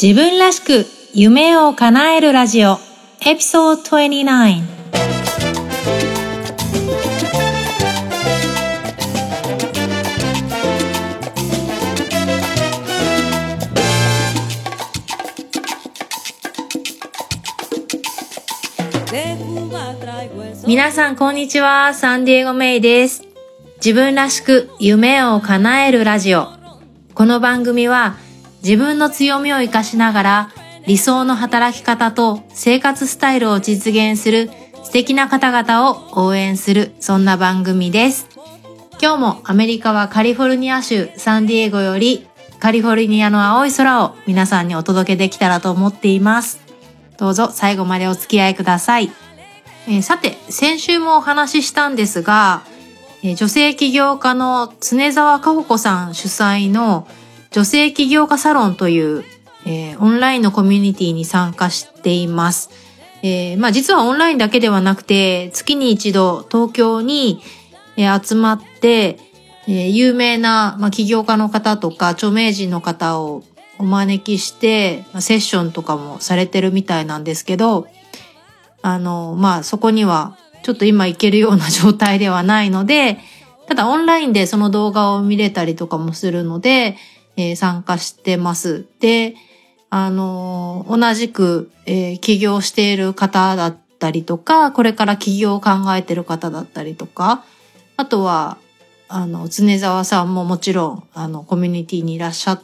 自分らしく夢を叶えるラジオエピソード29。皆さんこんにちは、サンディエゴメイです。自分らしく夢を叶えるラジオ。この番組は自分の強みを生かしながら理想の働き方と生活スタイルを実現する素敵な方々を応援する、そんな番組です。今日もアメリカはカリフォルニア州サンディエゴよりカリフォルニアの青い空を皆さんにお届けできたらと思っています。どうぞ最後までお付き合いください。さて、先週もお話ししたんですが、女性起業家の常沢佳穂子さん主催の女性起業家サロンという、オンラインのコミュニティに参加しています。実はオンラインだけではなくて、月に一度東京に、集まって、有名な、起業家の方とか著名人の方をお招きして、セッションとかもされてるみたいなんですけど、そこにはちょっと今行けるような状態ではないので、ただオンラインでその動画を見れたりとかもするので、参加してます。で、同じく、起業している方だったりとか、これから起業を考えている方だったりとか、あとは、常沢さんももちろん、コミュニティにいらっしゃって、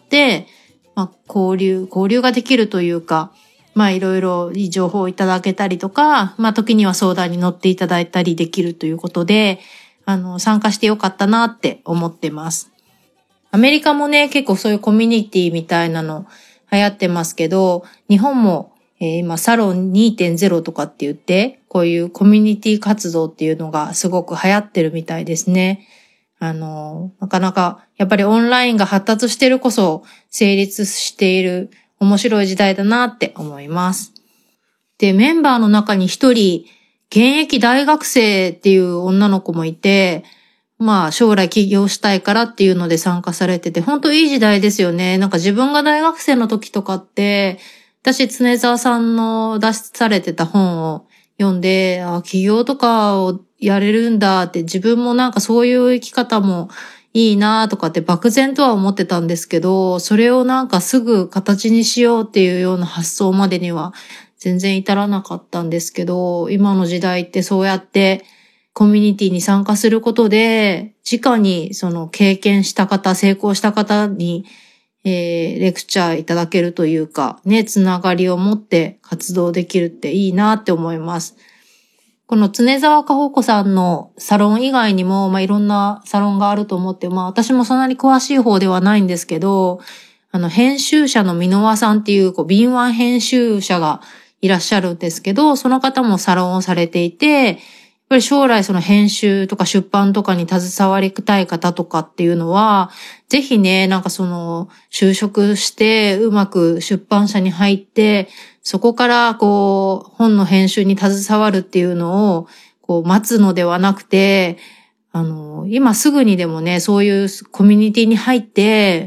交流ができるというか、いろいろいい情報をいただけたりとか、時には相談に乗っていただいたりできるということで、参加してよかったなって思ってます。アメリカもね、結構そういうコミュニティみたいなの流行ってますけど、日本も、今サロン 2.0 とかって言って、こういうコミュニティ活動っていうのがすごく流行ってるみたいですね。なかなかやっぱりオンラインが発達してるこそ成立している面白い時代だなって思います。で、メンバーの中に一人、現役大学生っていう女の子もいて、将来起業したいからっていうので参加されてて、本当いい時代ですよね。なんか自分が大学生の時とかって、私、常沢さんの出されてた本を読んで、起業とかをやれるんだって、自分もなんかそういう生き方もいいなとかって漠然とは思ってたんですけど、それをなんかすぐ形にしようっていうような発想までには全然至らなかったんですけど、今の時代ってそうやってコミュニティに参加することで、直にその経験した方、成功した方に、レクチャーいただけるというか、ね、つながりを持って活動できるっていいなって思います。この常沢佳穂子さんのサロン以外にも、いろんなサロンがあると思って、私もそんなに詳しい方ではないんですけど、編集者の箕輪さんっていう、敏腕編集者がいらっしゃるんですけど、その方もサロンをされていて、やっぱり将来その編集とか出版とかに携わりたい方とかっていうのは、ぜひね、なんかその就職してうまく出版社に入って、そこから本の編集に携わるっていうのを待つのではなくて、今すぐにでもね、そういうコミュニティに入って、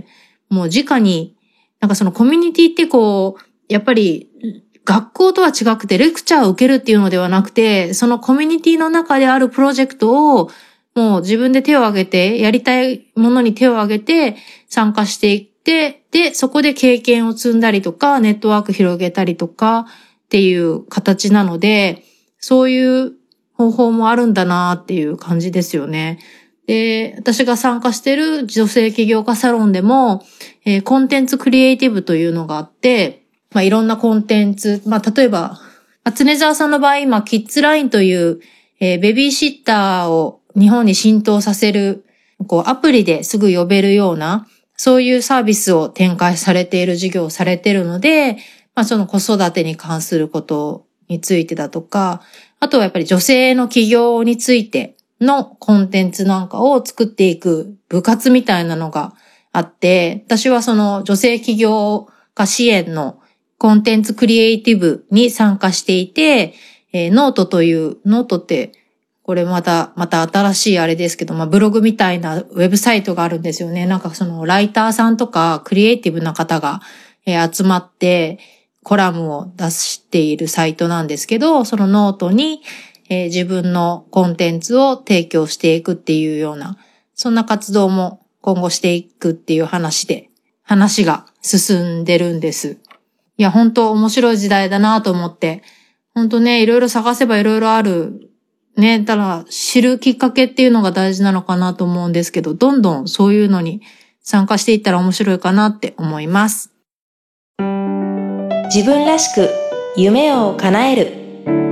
もう直に、なんかそのコミュニティってやっぱり学校とは違くてレクチャーを受けるっていうのではなくて、そのコミュニティの中であるプロジェクトをもう自分で手を挙げて、やりたいものに手を挙げて参加していって、で、そこで経験を積んだりとか、ネットワーク広げたりとかっていう形なので、そういう方法もあるんだなっていう感じですよね。で、私が参加している女性起業家サロンでも、コンテンツクリエイティブというのがあって、いろんなコンテンツ、例えば、常沢さんの場合、今、キッズラインという、ベビーシッターを日本に浸透させる、アプリですぐ呼べるような、そういうサービスを展開されている事業をされているので、その子育てに関することについてだとか、あとはやっぱり女性の起業についてのコンテンツなんかを作っていく部活みたいなのがあって、私はその女性起業家支援のコンテンツクリエイティブに参加していて、ノートって、これまた新しいあれですけど、ブログみたいなウェブサイトがあるんですよね。なんかそのライターさんとかクリエイティブな方が、 集まってコラムを出しているサイトなんですけど、そのノートに、自分のコンテンツを提供していくっていうような、そんな活動も今後していくっていう話が進んでるんです。いや、本当面白い時代だなと思って、本当ね、いろいろ探せばいろいろある。ね、ただ知るきっかけっていうのが大事なのかなと思うんですけど、どんどんそういうのに参加していったら面白いかなって思います。 自分らしく夢を叶える。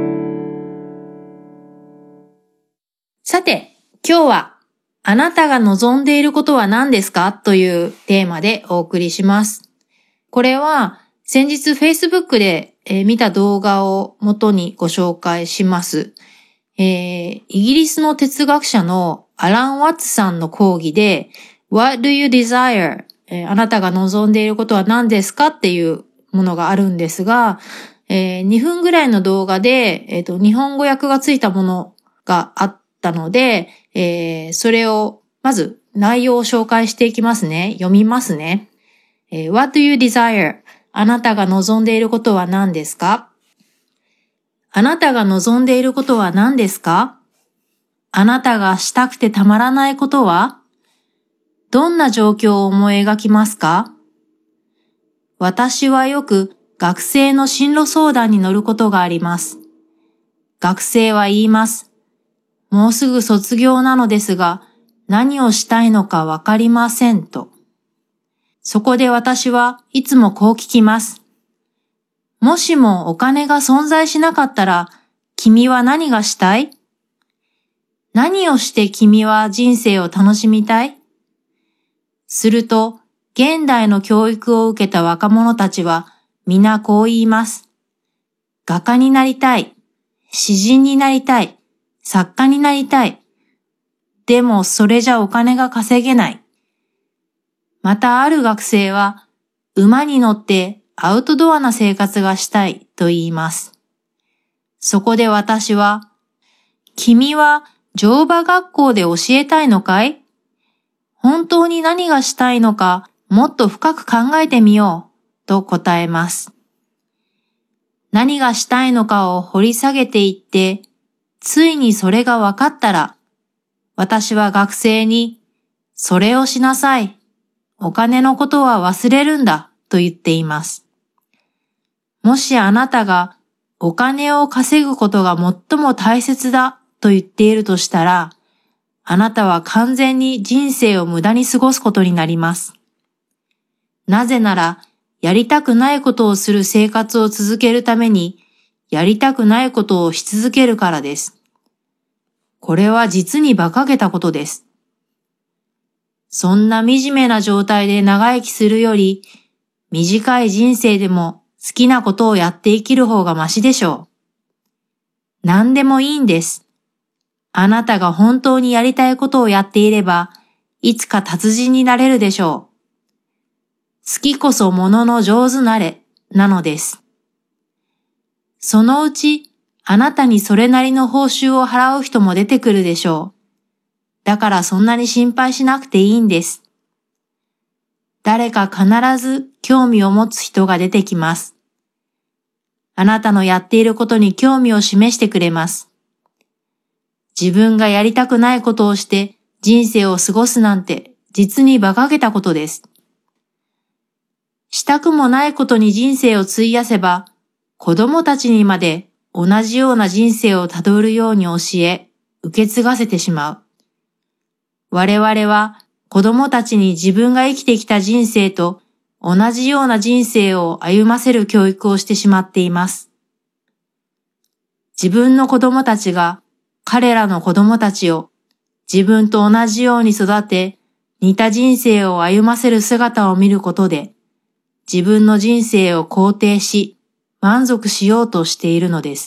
さて、今日はあなたが望んでいることは何ですかというテーマでお送りします。これは先日 Facebook で見た動画を元にご紹介します。イギリスの哲学者のアラン・ワッツさんの講義で What do you desire? あなたが望んでいることは何ですかっていうものがあるんですが、2分ぐらいの動画で、日本語訳がついたものがあったので、それをまず内容を紹介していきますね。読みますね。What do you desire? あなたが望んでいることは何ですか？あなたが望んでいることは何ですか？あなたがしたくてたまらないことは？どんな状況を思い描きますか？私はよく学生の進路相談に乗ることがあります。学生は言います。もうすぐ卒業なのですが、何をしたいのかわかりませんと。そこで私はいつもこう聞きます。もしもお金が存在しなかったら、君は何がしたい？何をして君は人生を楽しみたい？すると、現代の教育を受けた若者たちは皆こう言います。画家になりたい。詩人になりたい。作家になりたい。でもそれじゃお金が稼げない。またある学生は、馬に乗ってアウトドアな生活がしたいと言います。そこで私は、君は乗馬学校で教えたいのかい？本当に何がしたいのかもっと深く考えてみようと答えます。何がしたいのかを掘り下げていって、ついにそれが分かったら、私は学生に、それをしなさい。お金のことは忘れるんだと言っています。もしあなたがお金を稼ぐことが最も大切だと言っているとしたら、あなたは完全に人生を無駄に過ごすことになります。なぜなら、やりたくないことをする生活を続けるために、やりたくないことをし続けるからです。これは実に馬鹿げたことです。そんな惨めな状態で長生きするより、短い人生でも好きなことをやって生きる方がマシでしょう。何でもいいんです。あなたが本当にやりたいことをやっていれば、いつか達人になれるでしょう。好きこそものの上手なれ、なのです。そのうち、あなたにそれなりの報酬を払う人も出てくるでしょう。だからそんなに心配しなくていいんです。誰か必ず興味を持つ人が出てきます。あなたのやっていることに興味を示してくれます。自分がやりたくないことをして人生を過ごすなんて実に馬鹿げたことです。したくもないことに人生を費やせば、子供たちにまで同じような人生をたどるように教え、受け継がせてしまう。我々は子供たちに自分が生きてきた人生と同じような人生を歩ませる教育をしてしまっています。自分の子供たちが彼らの子供たちを自分と同じように育て、似た人生を歩ませる姿を見ることで、自分の人生を肯定し、満足しようとしているのです。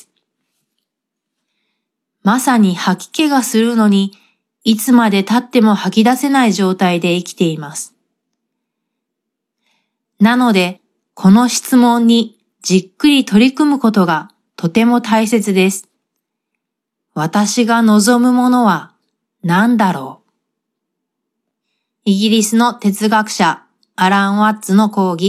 まさに吐き気がするのに、いつまで経っても吐き出せない状態で生きています。なので、この質問にじっくり取り組むことがとても大切です。私が望むものは何だろう？イギリスの哲学者アラン・ワッツの講義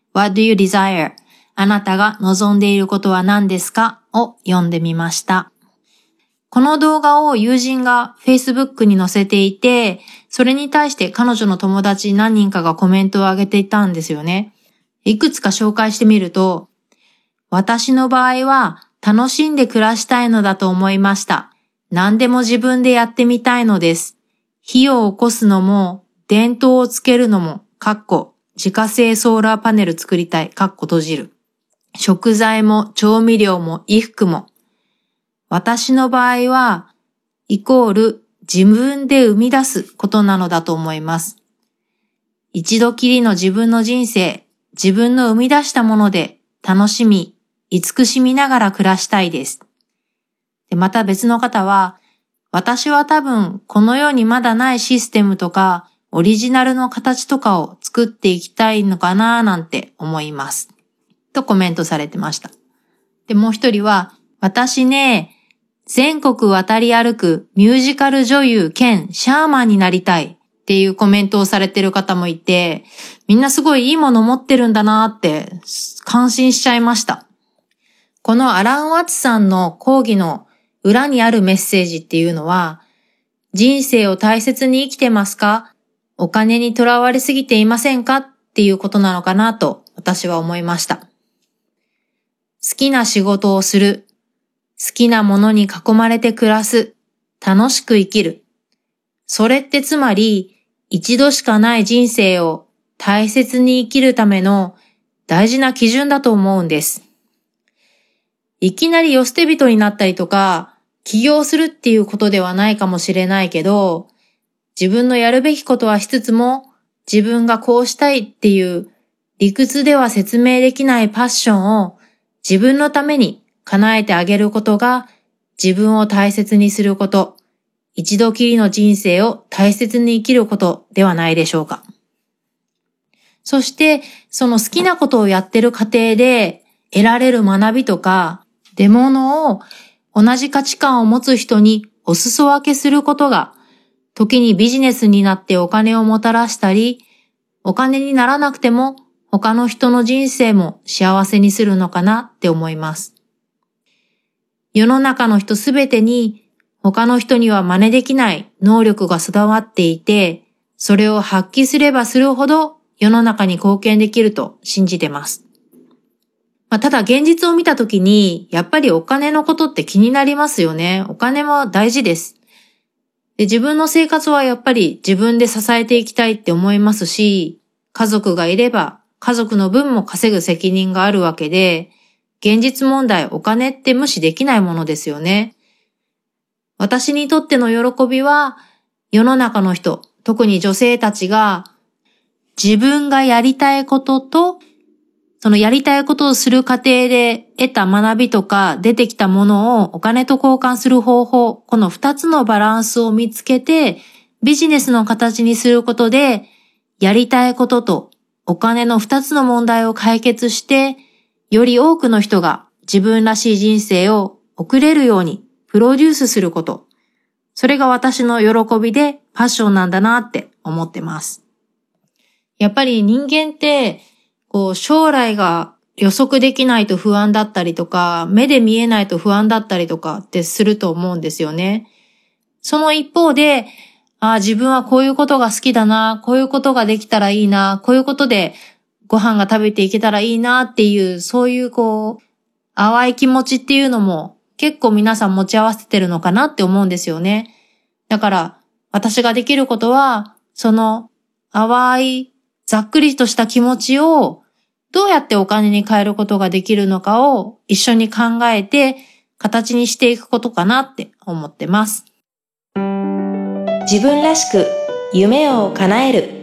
What do you desire? あなたが望んでいることは何ですかを読んでみました。この動画を友人が Facebook に載せていて、それに対して彼女の友達何人かがコメントを上げていたんですよね。いくつか紹介してみると、私の場合は楽しんで暮らしたいのだと思いました。何でも自分でやってみたいのです。火を起こすのも、電灯をつけるのも、自家製ソーラーパネル作りたい、閉じる。食材も調味料も衣服も。私の場合は、イコール自分で生み出すことなのだと思います。一度きりの自分の人生、自分の生み出したもので楽しみ、慈しみながら暮らしたいです。で、また別の方は、私は多分この世にまだないシステムとかオリジナルの形とかを作っていきたいのかななんて思います。とコメントされてました。で、もう一人は、私ね、全国渡り歩くミュージカル女優兼シャーマンになりたいっていうコメントをされてる方もいて、みんなすごいいいもの持ってるんだなって感心しちゃいました。このアラン・ワッツさんの講義の裏にあるメッセージっていうのは、人生を大切に生きてますか？お金にとらわれすぎていませんか？っていうことなのかなと私は思いました。好きな仕事をする。好きなものに囲まれて暮らす。楽しく生きる。それってつまり、一度しかない人生を大切に生きるための大事な基準だと思うんです。いきなり世捨て人になったりとか、起業するっていうことではないかもしれないけど、自分のやるべきことはしつつも、自分がこうしたいっていう理屈では説明できないパッションを自分のために叶えてあげることが自分を大切にすること、一度きりの人生を大切に生きることではないでしょうか。そして、その好きなことをやってる過程で得られる学びとか、出物を同じ価値観を持つ人にお裾分けすることが、時にビジネスになってお金をもたらしたり、お金にならなくても他の人の人生も幸せにするのかなって思います。世の中の人すべてに他の人には真似できない能力が備わっていて、それを発揮すればするほど世の中に貢献できると信じてます。ただ現実を見たときに、やっぱりお金のことって気になりますよね。お金も大事です。で、自分の生活はやっぱり自分で支えていきたいって思いますし、家族がいれば家族の分も稼ぐ責任があるわけで、現実問題お金って無視できないものですよね。私にとっての喜びは、世の中の人、特に女性たちが自分がやりたいことと、そのやりたいことをする過程で得た学びとか出てきたものをお金と交換する方法、この2つのバランスを見つけてビジネスの形にすることで、やりたいこととお金の2つの問題を解決して、より多くの人が自分らしい人生を送れるようにプロデュースすること。それが私の喜びでパッションなんだなって思ってます。やっぱり人間って将来が予測できないと不安だったりとか、目で見えないと不安だったりとかってすると思うんですよね。その一方で、自分はこういうことが好きだな、こういうことができたらいいな、こういうことでご飯が食べていけたらいいなっていう、そういう淡い気持ちっていうのも結構皆さん持ち合わせてるのかなって思うんですよね。だから私ができることは、その淡いざっくりとした気持ちをどうやってお金に変えることができるのかを一緒に考えて形にしていくことかなって思ってます。 自分らしく夢を叶える。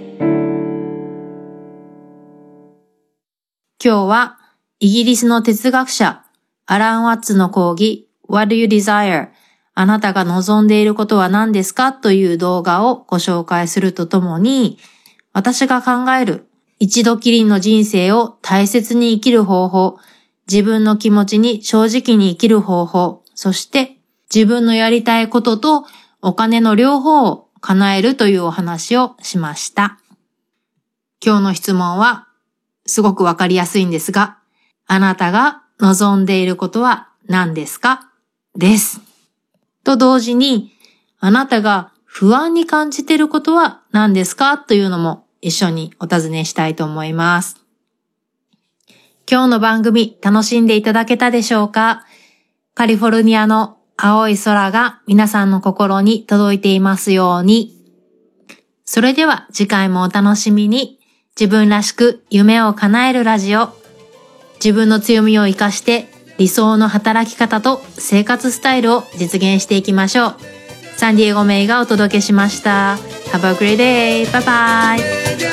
今日はイギリスの哲学者アラン・ワッツの講義 What do you desire? あなたが望んでいることは何ですかという動画をご紹介するとともに、私が考える一度きりの人生を大切に生きる方法、自分の気持ちに正直に生きる方法、そして自分のやりたいこととお金の両方を叶えるというお話をしました。今日の質問は、 すごくわかりやすいんですが、あなたが望んでいることは何ですか？です。と同時に、あなたが不安に感じていることは何ですか？というのも一緒にお尋ねしたいと思います。今日の番組楽しんでいただけたでしょうか？カリフォルニアの青い空が皆さんの心に届いていますように。それでは次回もお楽しみに。自分らしく夢を叶えるラジオ。自分の強みを生かして理想の働き方と生活スタイルを実現していきましょう。サンディエゴメイがお届けしました。Have a great day! Bye bye!